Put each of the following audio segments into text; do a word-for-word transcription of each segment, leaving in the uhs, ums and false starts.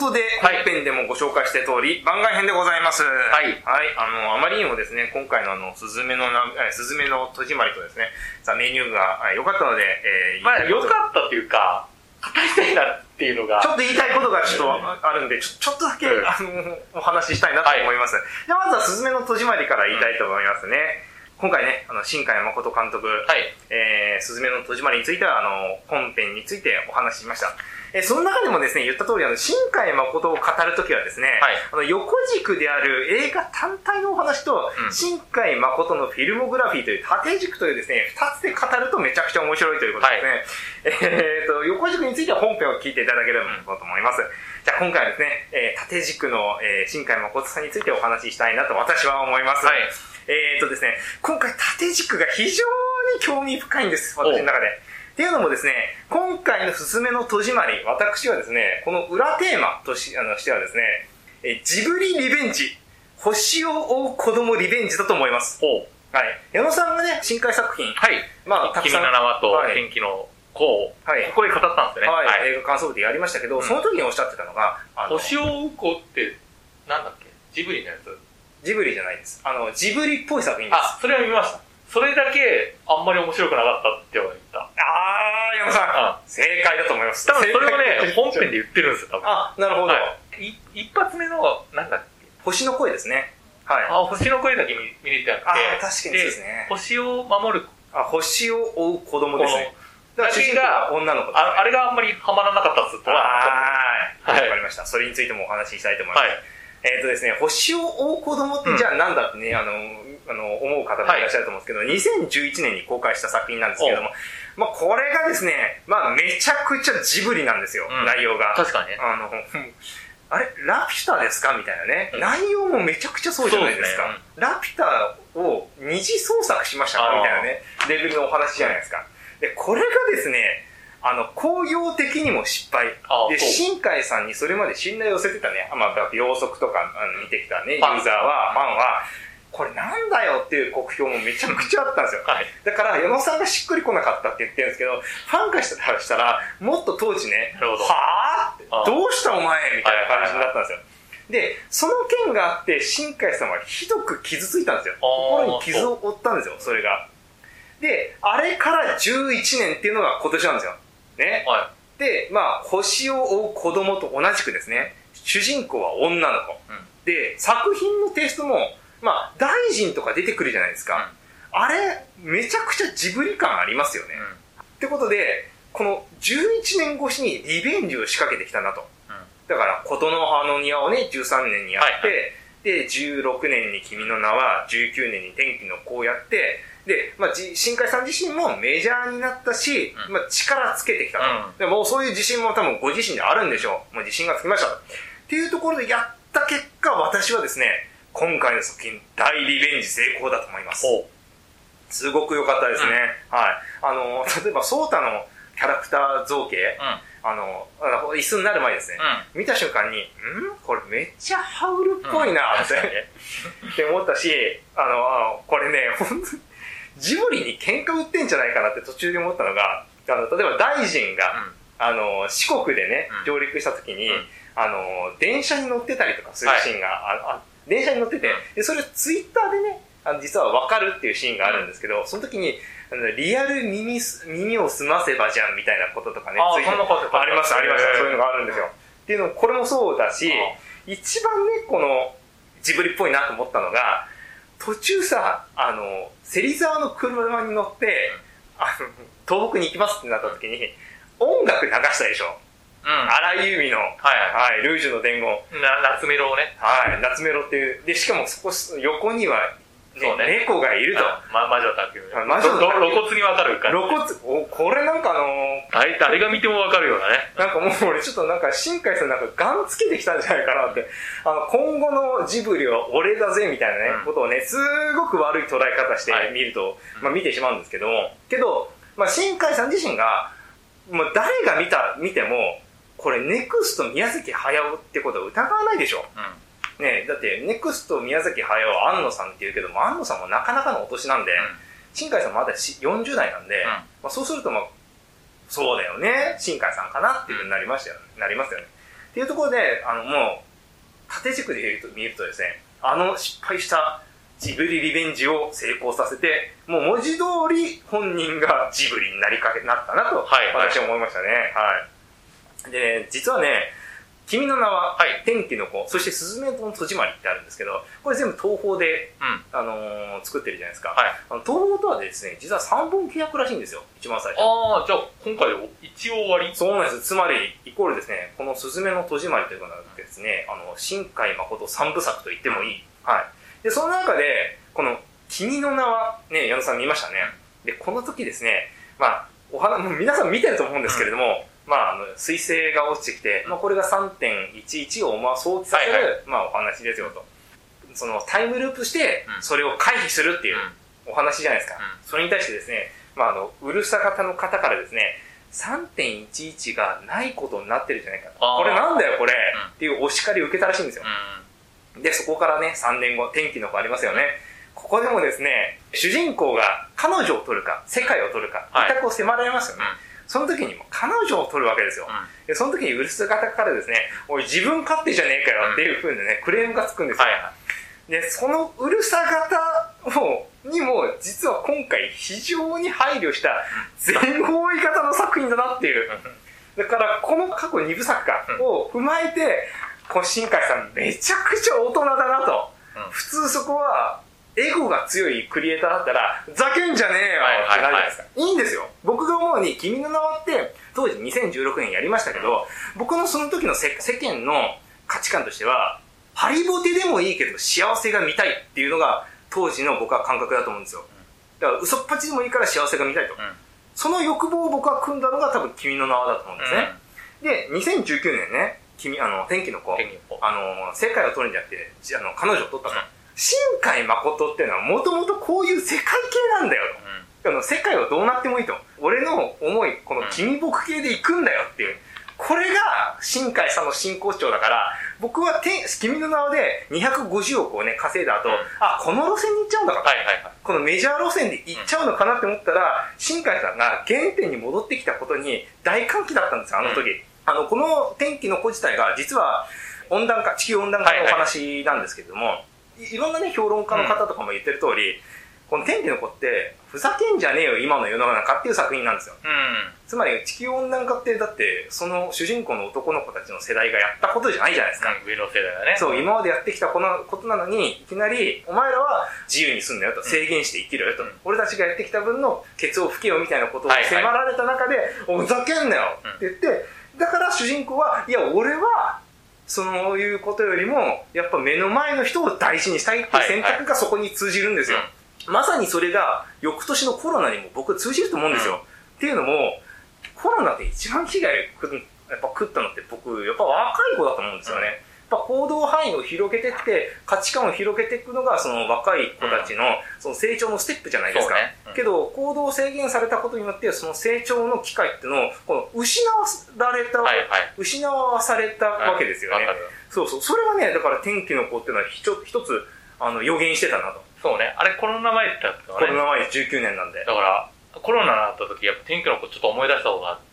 ことで、本編でもご紹介した通り、番外編でございます。 はい。 はい。あの、あまりにもですね、今回のあの、すずめのな、すずめの戸締まりとですね、さあ、メニューが良かったので、えー、まあ、良かったというか、語りたいなっていうのが。 ちょっと言いたいことがちょっとあるんで、ちょちょっとだけ、うん、あの、お話ししたいなと思います。はい、では、まずはすずめの戸締まりから言いたいと思いますね。うん、今回ね、あの、新海誠監督、はい、えー、すずめの戸締まりについては、あの、本編についてお話ししました。えー、その中でもですね、言った通り、あの、新海誠を語るときはですね、はい、あの、横軸である映画単体のお話と、うん、新海誠のフィルモグラフィーという縦軸というですね、二つで語るとめちゃくちゃ面白いということですね。はい、えーと、横軸については本編を聞いていただければと思います。うん、じゃあ今回はですね、えー、縦軸の、えー、新海誠さんについてお話ししたいなと私は思います。はい、えーとですね、今回縦軸が非常に興味深いんです、私の中で。っていうのもですね、今回のすずめの戸締まり、私はですね、この裏テーマと し, あのしてはですね、えジブリリベンジ、星を追う子供リベンジだと思います。はい。矢野さんがね、新海作品、 はい。まあ、たくさん。君の名はと天気の子を、はい、ここで語ったんですよね。 はい。はい、映画感想部でやりましたけど、うん、その時におっしゃってたのが、 あの星を追う子って、なんだっけジブリのやつジブリじゃないです。あの、ジブリっぽい作品です。 あ、それは見ました。それだけあんまり面白くなかったって言った。 あー、山さん、うん、正解だと思います。 多分それをね、本編で言ってるんですよ、多分。 あ、なるほど。はい、一発目の、なんだっけ星の声ですね。はい。 あ、星の声だけ見見れてなくて。 あ、確かにそうですね。 星を守る。 あ、星を追う子供ですね。 だから主人公が女の子です、ねあ。あれがあんまりハマらなかったっつったら。 はい。わかりました。それについてもお話ししたいと思います。はい、えっ、ー、とですね、星を追う子供ってじゃあなんだってね、うん、あの、あの、思う方がいらっしゃると思うんですけど、はい、にせんじゅういちねんに公開した作品なんですけれども、まあこれがですね、まあめちゃくちゃジブリなんですよ、うん、内容が。 確かにね。 あの、あれラピュタですかみたいなね、うん、内容もめちゃくちゃそうじゃないですか。すねうん、ラピュタを二次創作しましたかみたいなね、レベルのお話じゃないですか。で、これがですね、あの、工業的にも失敗。で、新海さんにそれまで信頼を寄せてたね、まあ、秒速とかあの見てきたね、ユーザーは、ファンは、これなんだよっていう酷評もめちゃくちゃあったんですよ。はい、だから、矢野さんがしっくりこなかったって言ってるんですけど、ファンからしたら、もっと当時ね、はぁって、どうしたお前みたいな感じになったんですよ。で、その件があって、新海さんはひどく傷ついたんですよ。心に傷を負ったんですよ、それが。で、あれからじゅういちねんっていうのが今年なんですよ。ね。はい、で、まあ、星を追う子供と同じくですね、主人公は女の子。うん、で、作品のテイストも、まあ、大臣とか出てくるじゃないですか。うん、あれ、めちゃくちゃジブリ感ありますよね。うん、ってことで、このじゅういちねん越しにリベンジを仕掛けてきたなと。うん、だから、琴の葉の庭をね、じゅうさんねんにやって、はいはい、で、じゅうろくねんに君の名は、じゅうきゅうねんに天気の子をやって、で、まあ、新海さん自身もメジャーになったし、うん、まあ、力つけてきたと、うん。でもうそういう自信も多分ご自身であるんでしょう。もう自信がつきました。っていうところでやった結果、私はですね、今回の作品、大リベンジ成功だと思います。すごく良かったですね。うん、はい。あの、例えば、ソータのキャラクター造形、うん、あの、椅子になる前ですね。うん、見た瞬間に、んこれめっちゃハウルっぽいなって、うん、って思ったし、あの、あのこれね、本当に、ジブリに喧嘩売ってんじゃないかなって途中で思ったのが、あの、例えば大臣が、うん、あの、四国でね、上陸した時に、うん、あの、電車に乗ってたりとかするシーンが、はい、ああ電車に乗ってて、で、それツイッターでね、あの実は分かるっていうシーンがあるんですけど、その時に、あのリアル耳す、耳を澄ませばじゃんみたいなこととかね、 あ, そんなことありました、ありました、そういうのがあるんですよ。っていうの、これもそうだし、一番ね、この、ジブリっぽいなと思ったのが、途中さ、あの、芹沢の車に乗って、あの、東北に行きますってなった時に、音楽流したでしょ。うん、荒井由実の、はいはい、はい、ルージュの伝言。 な、夏メロをね。 はい、夏メロっていう。で、しかもそこ、横には、ねね、猫がいると。 ま、魔女の卓球。 魔女の卓球。 露骨にわかるから。 露骨、お、これなんかあのー、 はい、誰が見てもわかるようなね。 なんかもう俺ちょっとなんか、新海さんなんかガンつけてきたんじゃないかなって。あの、今後のジブリは俺だぜみたいなね、うん、ことをね、すごく悪い捉え方して見ると、はい、まあ見てしまうんですけども。けど、まあ新海さん自身が、もう誰が見た、見ても、これネクスト宮崎駿ってことは疑わないでしょ。うんね、だってネクスト宮崎駿庵野さんって言うけども、庵野さんもなかなかのお年なんで、うん、新海さんまだよんじゅう代なんで、うん、まあ、そうするとまあそうだよね新海さんかなっていうふうになりましたよ、ね、なりますよね。っっていうところで、あの、もう、縦軸で見ると、見るとですね、あの失敗したジブリリベンジを成功させて、もう文字通り本人がジブリになりかけ、なったなと、私は思いましたね。はい。で、実はね、君の名は、はい、天気の子、そしてすずめの戸締まりってあるんですけど、これ全部東宝で、うん、あのー、作ってるじゃないですか。はい、あの東宝とはですね、実はさんぼん契約らしいんですよ、一番最初。 ああ、じゃあ今回一応終わり？ そうなんです。つまり、イコールですね、このすずめの戸締まりというのがですね、あの、新海誠三部作と言ってもいい。はい。で、その中で、この、君の名は、ね、矢野さん見ましたね。で、この時ですね、まあ、お花、もう皆さん見てると思うんですけれども、うんまあ、あの彗星が落ちてきて、まあ、これが さんてんいちいち をまあ想起させる、はいはい、まあ、お話ですよと。そのタイムループしてそれを回避するっていうお話じゃないですか。うん、それに対してですね、まあ、あのうるさ型の方からですね さんてんいちいち がないことになってるじゃないか、これなんだよこれ、うん、っていうお叱りを受けたらしいんですよ。うん、でそこからねさんねんご天気の子ありますよね。ここでもですね主人公が彼女を取るか世界を取るか二択を迫られますよね。はい、その時にも彼女を取るわけですよ。うん、でその時にうるさ型からですね、おい自分勝手じゃねえかよっていう風にね、クレームがつくんですよ。はいはい、で、そのうるさ型を、にも実は今回非常に配慮した全方位型の作品だなっていう。だからこの過去にぶさくかを踏まえて、この新海さんめちゃくちゃ大人だなと。うん、普通そこは、エゴが強いクリエイターだったら、ざけんじゃねえよってなるじゃないですか。いいんですよ。僕が思うに、君の名はって当時にせんじゅうろくねんやりましたけど、僕のその時の世間の価値観としては、ハリボテでもいいけど幸せが見たいっていうのが当時の僕は感覚だと思うんですよ。だから嘘っぱちでもいいから幸せが見たいと。うん、その欲望を僕は組んだのが多分君の名はだと思うんですね。うん、で、にせんじゅうきゅうねんね、君、あの、天気の子、あの、世界を取るんじゃなくて、あの、彼女を取ったと。うん新海誠っていうのはもともとこういう世界系なんだよと、うん、世界はどうなってもいいと俺の思いこの君僕系で行くんだよっていう、これが新海さんの真骨頂だから、僕は君の名はでにひゃくごじゅうおくをね稼いだ後、うん、あこの路線に行っちゃうんだから、はいはいはい、このメジャー路線で行っちゃうのかなって思ったら、うん、新海さんが原点に戻ってきたことに大歓喜だったんですよあの時、うん、あのこの天気の子自体が実は温暖化地球温暖化のお話なんですけれども、はいはいいろんなね、評論家の方とかも言ってる通り、うん、この天気の子って、ふざけんじゃねえよ、今の世の中っていう作品なんですよ。うん、つまり、地球温暖化って、だって、その主人公の男の子たちの世代がやったことじゃないじゃないですか。 うん、上の世代だね。 そう、今までやってきたことなのに、いきなり、お前らは自由に住んだよと、制限して生きるよと、うん、俺たちがやってきた分のケツを吹けよみたいなことを迫られた中で、はいはい、おふざけんなよって言って、だから主人公は、いや、俺は、そういうことよりもやっぱ目の前の人を大事にしたいっていう選択がそこに通じるんですよ、はいはい、まさにそれが翌年のコロナにも僕は通じると思うんですよ、うん、っていうのもコロナで一番被害やっぱ食ったのって僕やっぱ若い子だと思うんですよね、うん、やっぱ行動範囲を広げてって価値観を広げていくのがその若い子たちのその成長のステップじゃないですか、ねうん、けど行動を制限されたことによってその成長の機会っていうのをこの失われた、はいはい、失わされたわけですよね、はい、そうそうそれがねだから天気の子っていうのは一つあの予言してたなと。 そうねあれコロナ前ってやったかねコロナ前じゅうきゅうねんなんでだからコロナになった時やっぱ天気の子ちょっと思い出したことがあって、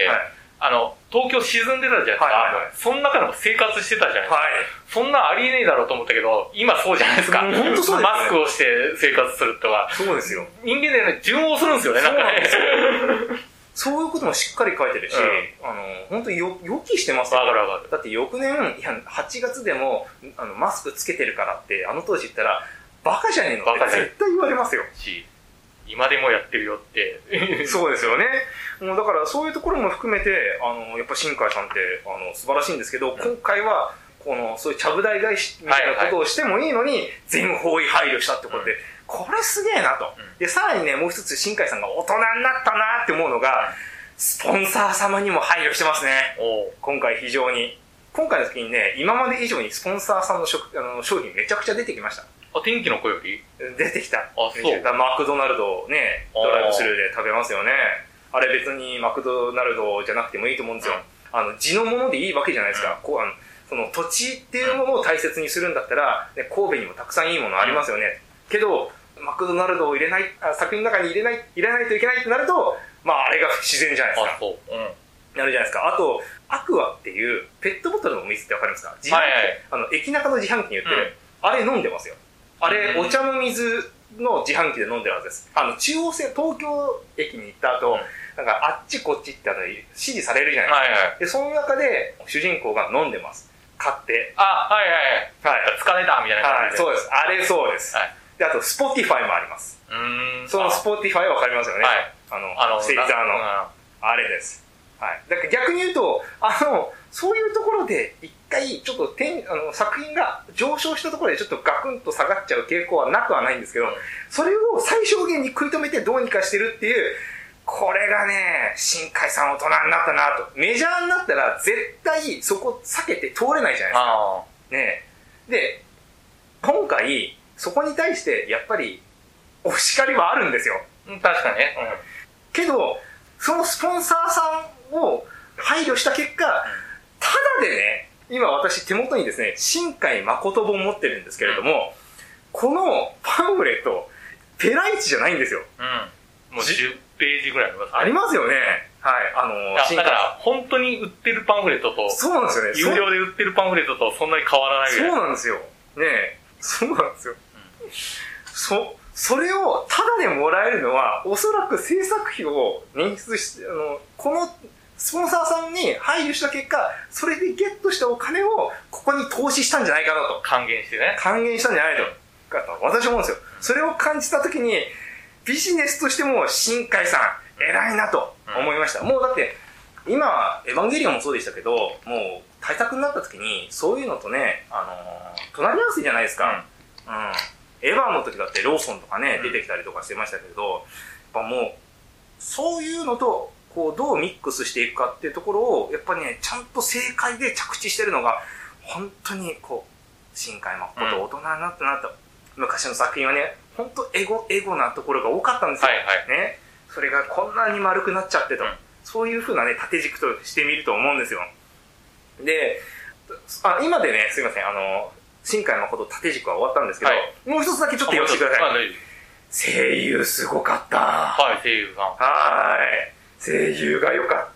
はいあの、東京沈んでたじゃないですか。はいはいはい、その中でも生活してたじゃないですか。はい、そんなありえねえだろうと思ったけど、今そうじゃないですか。本当そうですね。マスクをして生活するとか。 そうですよ。 人間でね、順応するんですよね、なんかね。 そういうこともしっかり書いてるし、うん、あの、本当によ予期してますよ。 わかるわかる。 だって翌年、いや、はちがつでも、あの、マスクつけてるからって、あの当時言ったら、バカじゃねえのって絶対言われますよ。 し今でもやってるよってそうですよね。もうだからそういうところも含めてあのやっぱ新海さんってあの素晴らしいんですけど、うん、今回はこのそういうちゃぶ台返しみたいなことをしてもいいのに、はいはい、全方位配慮したってことで、うん、これすげえなと、うん、でさらにねもう一つ新海さんが大人になったなって思うのが、うん、スポンサー様にも配慮してますね。今回非常に今回の時にね今まで以上にスポンサーさんの食あの商品めちゃくちゃ出てきました。 あ、天気の子より出てきた。 あ、そう。 マクドナルドをね、ドライブスルーで食べますよね。あれ別にマクドナルドじゃなくてもいいと思うんですよ。うん、あの、地のものでいいわけじゃないですか。うん、こうあのその土地っていうものを大切にするんだったら、ね、神戸にもたくさんいいものありますよね。うん、けど、マクドナルドを入れないあ、作品の中に入れない、入れないといけないってなると、まああれが自然じゃないですか。 あ、そう。うん。 なるじゃないですか。あと、 アクアっていうペットボトルのお水ってわかりますか？自販機、はいはい、あの駅中の自販機に売ってる、うん、あれ飲んでますよ。あれ、お茶の水の自販機で飲んでるはずです。あの中央線、東京駅に行った後、うん、なんかあっちこっちってあの指示されるじゃないですか、はいはい、でその中で主人公が飲んでます。買って、 あ、はいはいはい、はい、疲れたみたいな感じで、 はい、そうです。あれそうです、はい、であとスポティファイもあります。うーん、そのスポティファイわかりますよね、はい、あのあの芹沢のあれです。はい、だから逆に言うと、あのそういうところで一回ちょっと点あの作品が上昇したところでちょっとガクンと下がっちゃう傾向はなくはないんですけど、それを最小限に食い止めてどうにかしてるっていう、これがね、新海さん大人になったなと。メジャーになったら絶対そこ避けて通れないじゃないですか。ね、で、今回そこに対してやっぱりお叱りはあるんですよ。 確かにね。うん、 けど、そのスポンサーさんを配慮した結果、ただでね、今私手元にですね、新海誠本持ってるんですけれども、うん、このパンフレット、ペライチじゃないんですよ。 うん。もうじゅうページぐらいありますね。 ありますよね。はい。あのー、だから、本当に売ってるパンフレットと、 そうなんですよね。 有料で売ってるパンフレットとそんなに変わらないぐらい。 そうなんですよ。ねえ。そうなんですよ。うん、そ、それをタダでもらえるのは、おそらく制作費を捻出して、あの、この、スポンサーさんに配慮した結果、それでゲットしたお金をここに投資したんじゃないかなと。 還元してね。 還元したんじゃないと。かと私は思うんですよ。それを感じたときに、ビジネスとしても新海さん、偉いなと思いました。うん、もうだって、今、エヴァンゲリオンもそうでしたけど、もう対策になったときに、そういうのとね、あのー、隣り合わせじゃないですか。うん。うん、エヴァンの時だってローソンとかね、出てきたりとかしてましたけど、やっぱもう、そういうのと、こうどうミックスしていくかっていうところをやっぱりねちゃんと正解で着地してるのが本当にこう新海誠大人になったなと、うん、昔の作品はね本当エゴエゴなところが多かったんですよ、はいはいね、それがこんなに丸くなっちゃってと、うん、そういう風なね縦軸としてみると思うんですよ。であ今でねすいませんあの新海誠縦軸は終わったんですけど、はい、もう一つだけちょっと言わせてください。声優すごかった。 はい声優さんはい声優が良かった。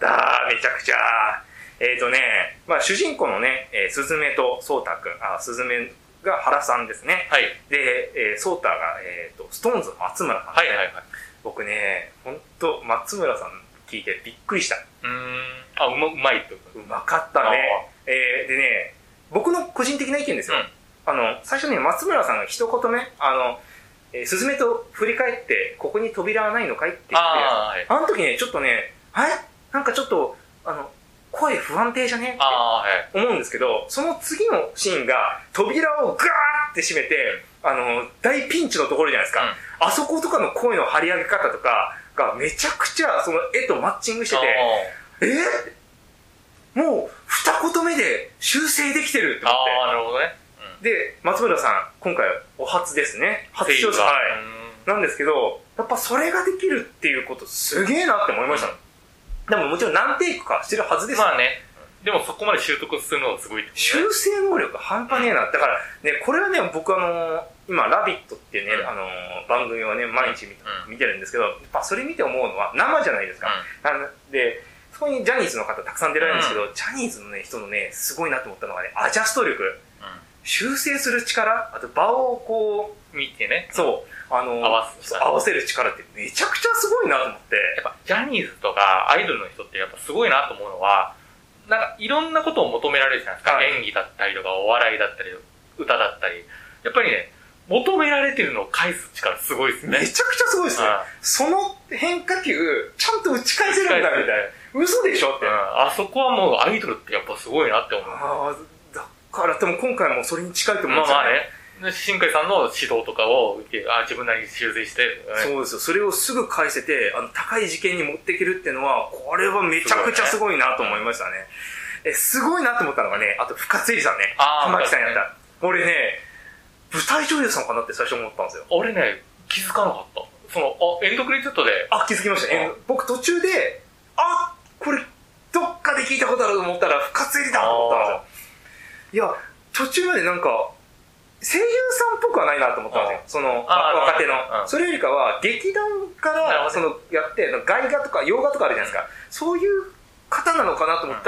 めちゃくちゃ。えっ、ー、とね、まあ主人公のね、えー、すずめとそうたくん、あ、すずめが原さんですね。はい。で、えー、そうたが、えっ、ー、と、ストーンズの松村さんですね。はいはいはい。僕ね、ほんと、松村さん聞いてびっくりした。 うーん。あ、うま、うまいってこと？ うまかったね。えー、でね、僕の個人的な意見ですよ。うん、あの、最初に松村さんが一言目、あの、えー、スズメと振り返って、ここに扉はないのかいって言って、あ、はい、あの時ね、ちょっとね、あれなんかちょっと、あの、声不安定じゃねって思うんですけど、その次のシーンが、扉をガーって閉めて、あの、大ピンチのところじゃないですか。うん、あそことかの声の張り上げ方とかがめちゃくちゃ、その絵とマッチングしてて、えもう、二言目で修正できてるって思って。 ああ、なるほどね。 で、松村さん、今回お初ですね。初挑戦。はい。なんですけど、やっぱそれができるっていうことすげえなって思いました。うん、でももちろん何テイクかしてるはずですよ。 まあね。でもそこまで習得するのはすごい、ね。 修正能力半端ねえな。だからね、これはね、僕あのー、今、ラビットっていうね、うん、あのー、番組をね、毎日見、うん、見てるんですけど、やっぱそれ見て思うのは生じゃないですか。うん、なんで、そこにジャニーズの方たくさん出られるんですけど、うん、ジャニーズのね、人のね、すごいなと思ったのがね、アジャスト力。修正する力、あと場をこう見てね、 そうあの合わせ合わせる力ってめちゃくちゃすごいなと思って。 やっぱジャニーズとかアイドルの人ってやっぱすごいなと思うのは、なんかいろんなことを求められるじゃないですか、はい、演技だったりとかお笑いだったり歌だったり、やっぱりね求められてるのを返す力すごいですね。 めちゃくちゃすごいですね。その変化球ちゃんと打ち返せるんだみたいな。嘘でしょって、うん、 あそこはもうアイドルってやっぱすごいなって思う。 あからでも今回もそれに近いと思うんですよね。まあまあね。 新海さんの指導とかを受け、あ自分なりに修正して、ね、 そうですよ。それをすぐ返せて、あの高い事件に持っていけるっていうのは、これはめちゃくちゃすごいなと思いましたね。すごいね。えすごいなと思ったのがね、あと深津絵里さんね。玉木さんやった。俺ね、舞台女優さんかなって最初思ったんですよ。 俺ね、気づかなかった。その、あ、エンドクレジットで。 あ、気づきました。え僕途中で、あ、これ、どっかで聞いたことあると思ったら、深津絵里だと思ったんですよ。いや、途中までなんか、声優さんっぽくはないなと思ったんですよ。その、若手の。それよりかは、劇団から、その、やって、外画とか洋画とかあるじゃないですか。そういう方なのかなと思ったら、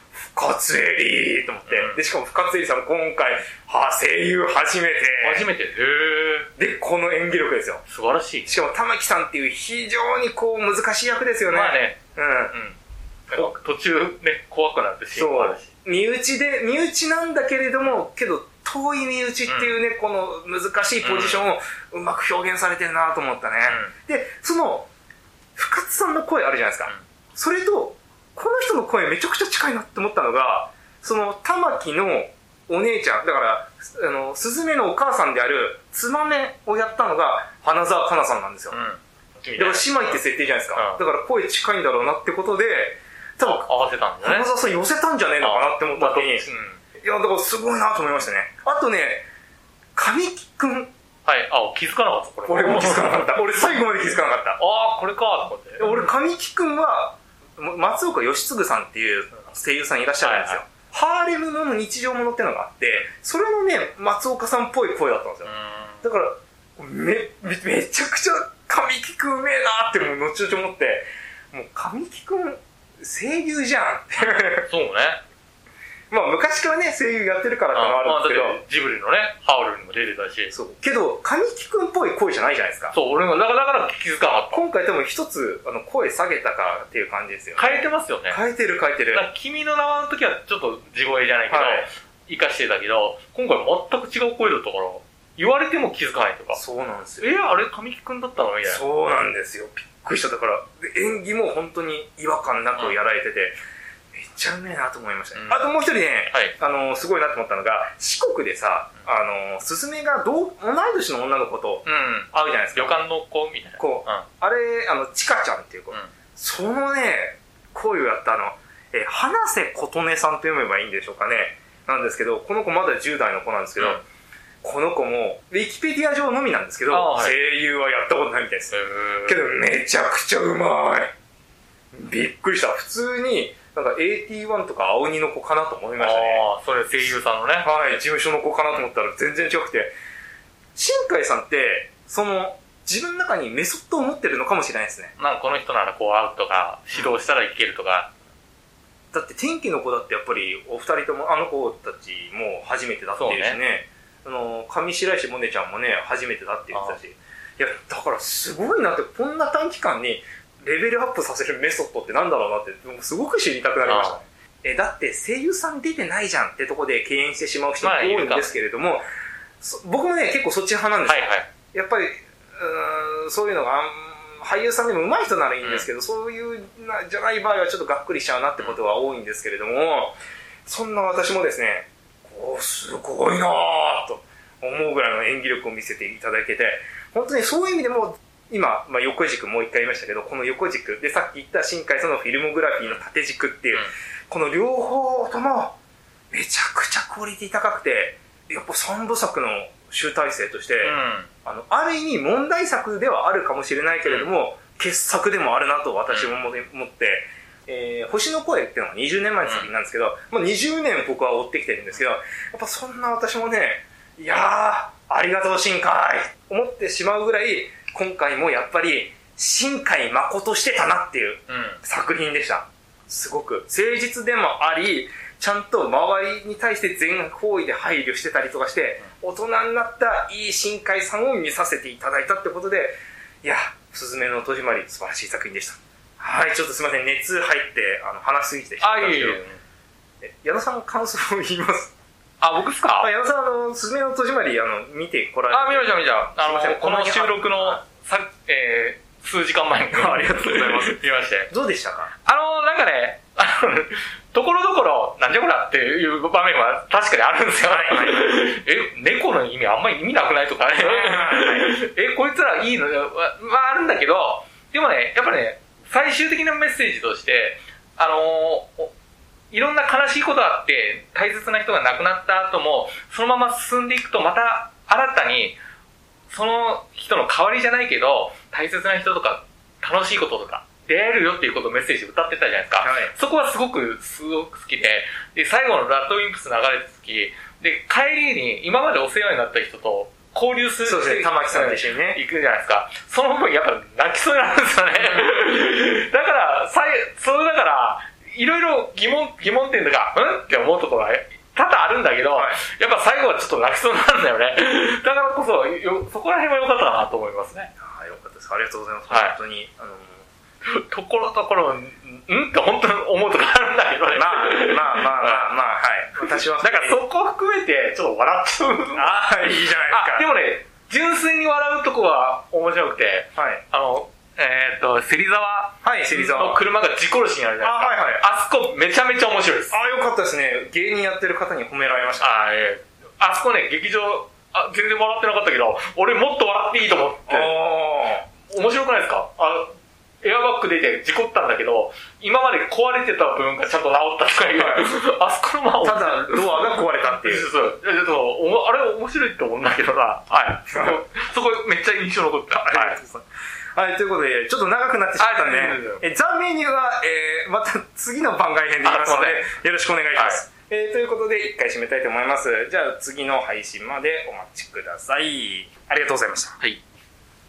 深津絵里と思って、 うん、 でしかも深津絵里さん今回は声優初めて初めてへでこの演技力ですよ。 素晴らしい。 しかも玉木さんっていう非常にこう難しい役ですよね。 まあね、 うん、うんなんか途中ね怖くなってシーンもあるし、 身内で身内なんだけれどもけど遠い身内っていうね、うん、この難しいポジションをうまく表現されてるなと思ったね、うん、でその深津さんの声あるじゃないですか、うん、それとこの人の声めちゃくちゃ近いなって思ったのが、その玉木のお姉ちゃんだからあのスズメのお母さんであるツバメをやったのが花澤香菜さんなんですよ、うん、だから姉妹って設定じゃないですか、うん、だから声近いんだろうなってことで多分合わせたんだね。 花澤さん寄せたんじゃねえのかなって思った時に、うん、いやだからすごいなと思いましたね。あとね神木くん、 はい、あ気づかなかったこれ。 俺も気づかなかった俺最後まで気づかなかった。 ああこれかと思って。 俺神木くんは松岡義嗣さんっていう声優さんいらっしゃるんですよ、はいはい、ハーレムの日常ものってのがあってそれのね松岡さんっぽい声だったんですよ。だからめめめちゃくちゃ神木くんうめえなってもう後々思って、もう神木くん声優じゃんそうね。 まあ昔からね声優やってるからってのはあるんですけど、 まあ、ジブリのねハウルにも出てたし。 そうけど神木くんっぽい声じゃないじゃないですか。 そう俺もだからだから気づかなかった。 今回多分一つあの声下げたかっていう感じですよね。 変えてますよね。 変えてる変えてる。 君の名はの時はちょっと地声じゃないけど、はい、生かしてたけど今回全く違う声だったから言われても気づかないとか。 そうなんですよ。 えあれ神木くんだったのみたいな。 そうなんですよ。びっくりした。だから演技も本当に違和感なくやられてて、うん、めっちゃうめえなと思いましたね、うん、あともう一人ね、はい、あのすごいなと思ったのが四国でさ、うん、あのスズメが同同い年の女の子と会うじゃないですか、 うん、旅館の子みたいな子、うん、あれあのチカちゃんっていう子、うん、そのね声をやったあの、えー、花瀬琴音さんと読めばいいんでしょうかねなんですけど、この子まだじゅう代の子なんですけど、うん、この子もウィキペディア上のみなんですけど、はい、声優はやったことないみたいですけどめちゃくちゃうまい。びっくりした。普通になんか エーティーワン とか青鬼の子かなと思いましたね。 ああそれ声優さんのね、 はい事務所の子かなと思ったら全然違くて、新海さんってその自分の中にメソッドを持ってるのかもしれないですね。 なんかこの人ならこう会うとか指導したらいけるとか、 だって天気の子だってやっぱりお二人ともあの子たちも初めてだっていうしね、あの上白石萌音ちゃんもね初めてだって言ってたし、いやだからすごいなって、こんな短期間にレベルアップさせるメソッドってなんだろうなってすごく知りたくなりましたね。えだって声優さん出てないじゃんってとこで敬遠してしまう人が多いんですけれども、まあ、僕もね結構そっち派なんですよ、はいはい、やっぱりうーんそういうのが俳優さんでも上手い人ならいいんですけど、うん、そういうなじゃない場合はちょっとがっくりしちゃうなってことが多いんですけれども、そんな私もですねこうすごいなぁと思うぐらいの演技力を見せていただけて、本当にそういう意味でも今、まあ、横軸もう一回言いましたけど、この横軸でさっき言った新海さんのフィルモグラフィーの縦軸っていう、うん、この両方ともめちゃくちゃクオリティ高くて、やっぱ三部作の集大成として、うん、あのある意味問題作ではあるかもしれないけれども、うん、傑作でもあるなと私も思って、うんえー、星の声っていうのがにじゅうねんまえの作品なんですけど、うん、もうにじゅうねん僕は追ってきてるんですけど、やっぱそんな私もね、いやーありがとう新海思ってしまうぐらい、今回もやっぱり新海誠してたなっていう作品でした。すごく誠実でもあり、ちゃんと周りに対して全方位で配慮してたりとかして、大人になったいい新海さんを見させていただいたってことで、いやすずめの戸締まり素晴らしい作品でした。はい、ちょっとすいません熱入ってあの話しすぎてしまったんですけど、え矢田さん感想を言います。 あ、僕っすか。 矢田さん、あのすずめの戸締まりあの見てこられて。 あ、見ました見ました。あのこの収録のさ、えー、数時間前にありがとうございます。 見まして。 どうでしたか。 あのなんかね、あのところどころなんじゃこらっていう場面は確かにあるんですよ。はいはい、え、猫の意味あんまり意味なくないとかね。え、こいつらいいのはあるんだけど、でもね、やっぱね、最終的なメッセージとして、あのー、いろんな悲しいことがあって大切な人が亡くなった後もそのまま進んでいくと、また新たにその人の代わりじゃないけど大切な人とか楽しいこととか出会えるよっていうことをメッセージで歌ってたじゃないですか、はい、そこはすごくすごく好きで、で最後のラッドウィンプス流れた時で帰りに今までお世話になった人と交流する。 そうですね、玉木さんと一緒にね行くじゃないですか。その分やっぱ泣きそうになるんですよねだからさいそれだからいろいろ疑問、疑問点とか、うんって思うところは多々あるんだけど、はい、やっぱ最後はちょっと泣きそうになるんだよね。だからこそ、よそこら辺は良かったかなと思いますね。 ああ、良かったです。ありがとうございます。はい、本当に。あのところどころ、んって本当に思うとこあるんだけどね。 まあ、まあまあまあまあ、はい。私は。 だからそこ含めて、ちょっと笑っちゃう。 ああ、いいじゃないですか。 でもね、純粋に笑うとこは面白くて、はい、あの、えっと、芹沢の車が事故るシーンあるじゃないですか。はいはい、あそこめちゃめちゃ面白いです。 ああ、よかったですね。芸人やってる方に褒められました。 ああ、ええ。あそこね、劇場、あ、全然笑ってなかったけど、俺もっと笑っていいと思って。ああ。面白くないですか？あ、エアバッグ出て事故ったんだけど、今まで壊れてた部分がちゃんと治ったとかいう、はい、あそこのまあ、ただドアが壊れたっていう。 そうそうそう。あれ面白いって思うんだけどな。はい。そこ、そこめっちゃ印象残った。はい。 はい、ということで、ちょっと長くなってしまったんで、えザ・メニューは、えー、また次の番外編でいきますので、よろしくお願いします。はい、えー、ということで、一回締めたいと思います。じゃあ次の配信までお待ちください。ありがとうございました。 はい。